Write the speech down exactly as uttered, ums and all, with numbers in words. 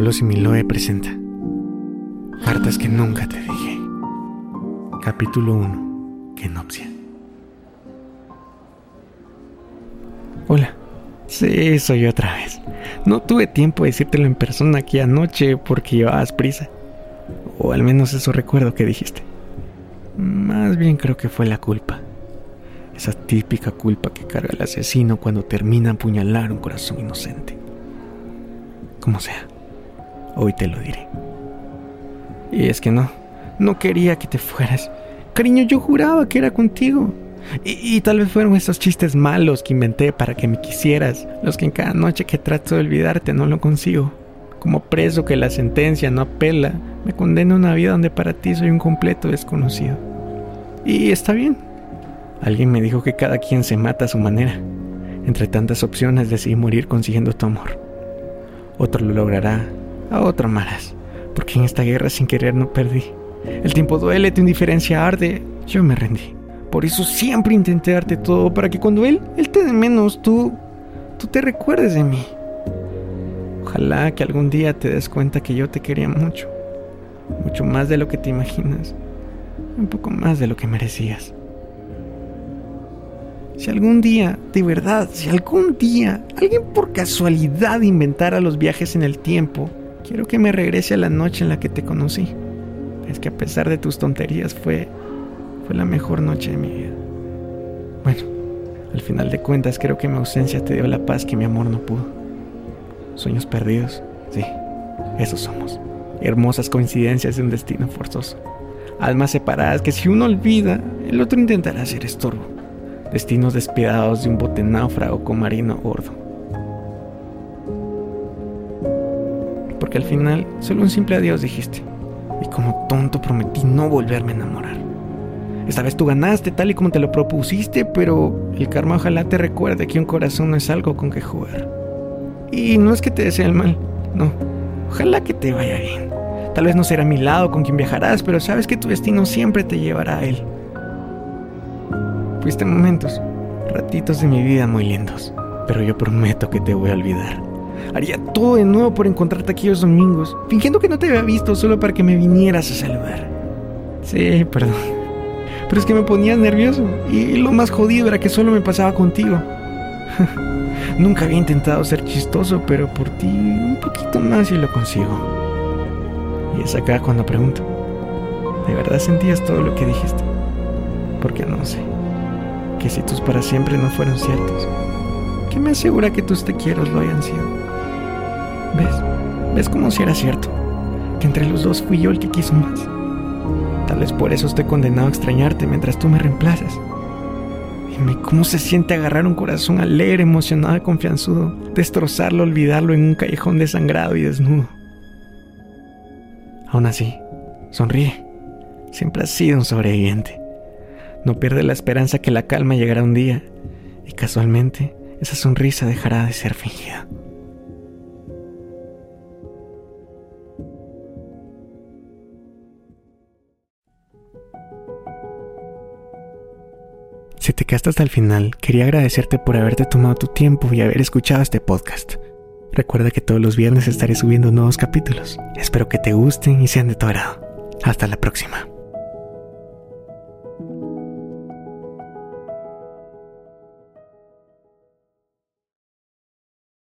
Pablo Similoe presenta Cartas que nunca te dije. Capítulo uno. Kenopsia. Hola. Sí, soy yo otra vez. No tuve tiempo de decírtelo en persona aquí anoche porque llevabas prisa. O al menos eso recuerdo que dijiste. Más bien creo que fue la culpa. Esa típica culpa que carga el asesino cuando termina a apuñalar un corazón inocente. Como sea, hoy te lo diré. Y es que no, no quería que te fueras. Cariño, yo juraba que era contigo. Y, y tal vez fueron esos chistes malos que inventé para que me quisieras, los que en cada noche que trato de olvidarte no lo consigo. Como preso que la sentencia no apela, me condena a una vida donde para ti soy un completo desconocido. Y está bien. Alguien me dijo que cada quien se mata a su manera. Entre tantas opciones decidí morir consiguiendo tu amor. Otro lo logrará, a otro amarás, porque en esta guerra sin querer no perdí. El tiempo duele, tu indiferencia arde, yo me rendí. Por eso siempre intenté darte todo, para que cuando él, él te dé menos, tú, tú te recuerdes de mí. Ojalá que algún día te des cuenta que yo te quería mucho, mucho más de lo que te imaginas, un poco más de lo que merecías. Si algún día, de verdad, si algún día alguien por casualidad inventara los viajes en el tiempo, quiero que me regrese a la noche en la que te conocí. Es que a pesar de tus tonterías fue, fue la mejor noche de mi vida. Bueno, al final de cuentas creo que mi ausencia te dio la paz que mi amor no pudo. Sueños perdidos, sí, esos somos. Hermosas coincidencias de un destino forzoso. Almas separadas que si uno olvida, el otro intentará ser estorbo. Destinos despiadados de un bote náufrago con marino a bordo. Porque al final, solo un simple adiós dijiste. Y como tonto prometí no volverme a enamorar. Esta vez tú ganaste tal y como te lo propusiste, pero el karma ojalá te recuerde que un corazón no es algo con que jugar. Y no es que te desee el mal, no. Ojalá que te vaya bien. Tal vez no será a mi lado con quien viajarás, pero sabes que tu destino siempre te llevará a él. Fuiste momentos, ratitos de mi vida muy lindos, pero yo prometo que te voy a olvidar. Haría todo de nuevo por encontrarte aquellos domingos, fingiendo que no te había visto solo para que me vinieras a saludar. Sí, perdón, pero es que me ponías nervioso y lo más jodido era que solo me pasaba contigo. Nunca había intentado ser chistoso, pero por ti un poquito más y lo consigo. Y es acá cuando pregunto, ¿de verdad sentías todo lo que dijiste? Porque no sé. Que si tus para siempre no fueron ciertos, ¿qué me asegura que tus te quiero lo hayan sido? ¿Ves? ¿Ves como si era cierto? Que entre los dos fui yo el que quiso más. Tal vez por eso estoy condenado a extrañarte mientras tú me reemplazas. Dime, ¿cómo se siente agarrar un corazón alegre, emocionado y confianzudo, destrozarlo, olvidarlo en un callejón desangrado y desnudo? Aún así, sonríe. Siempre has sido un sobreviviente. No pierde la esperanza que la calma llegará un día y casualmente esa sonrisa dejará de ser fingida. Si te quedaste hasta el final, quería agradecerte por haberte tomado tu tiempo y haber escuchado este podcast. Recuerda que todos los viernes estaré subiendo nuevos capítulos. Espero que te gusten y sean de tu agrado. Hasta la próxima.